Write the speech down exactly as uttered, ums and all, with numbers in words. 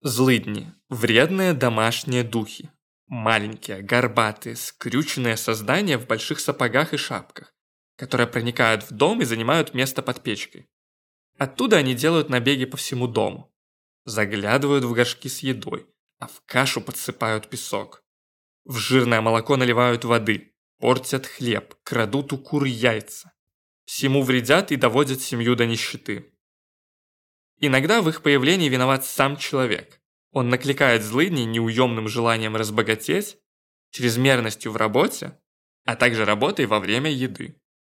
Злыдни – вредные домашние духи. Маленькие, горбатые, скрюченные создания в больших сапогах и шапках, которые проникают в дом и занимают место под печкой. Оттуда они делают набеги по всему дому. Заглядывают в горшки с едой, а в кашу подсыпают песок. В жирное молоко наливают воды, портят хлеб, крадут у кур яйца. Всему вредят и доводят семью до нищеты. Иногда в их появлении виноват сам человек. Он накликает злыдней неуемным желанием разбогатеть, чрезмерностью в работе, а также работой во время еды.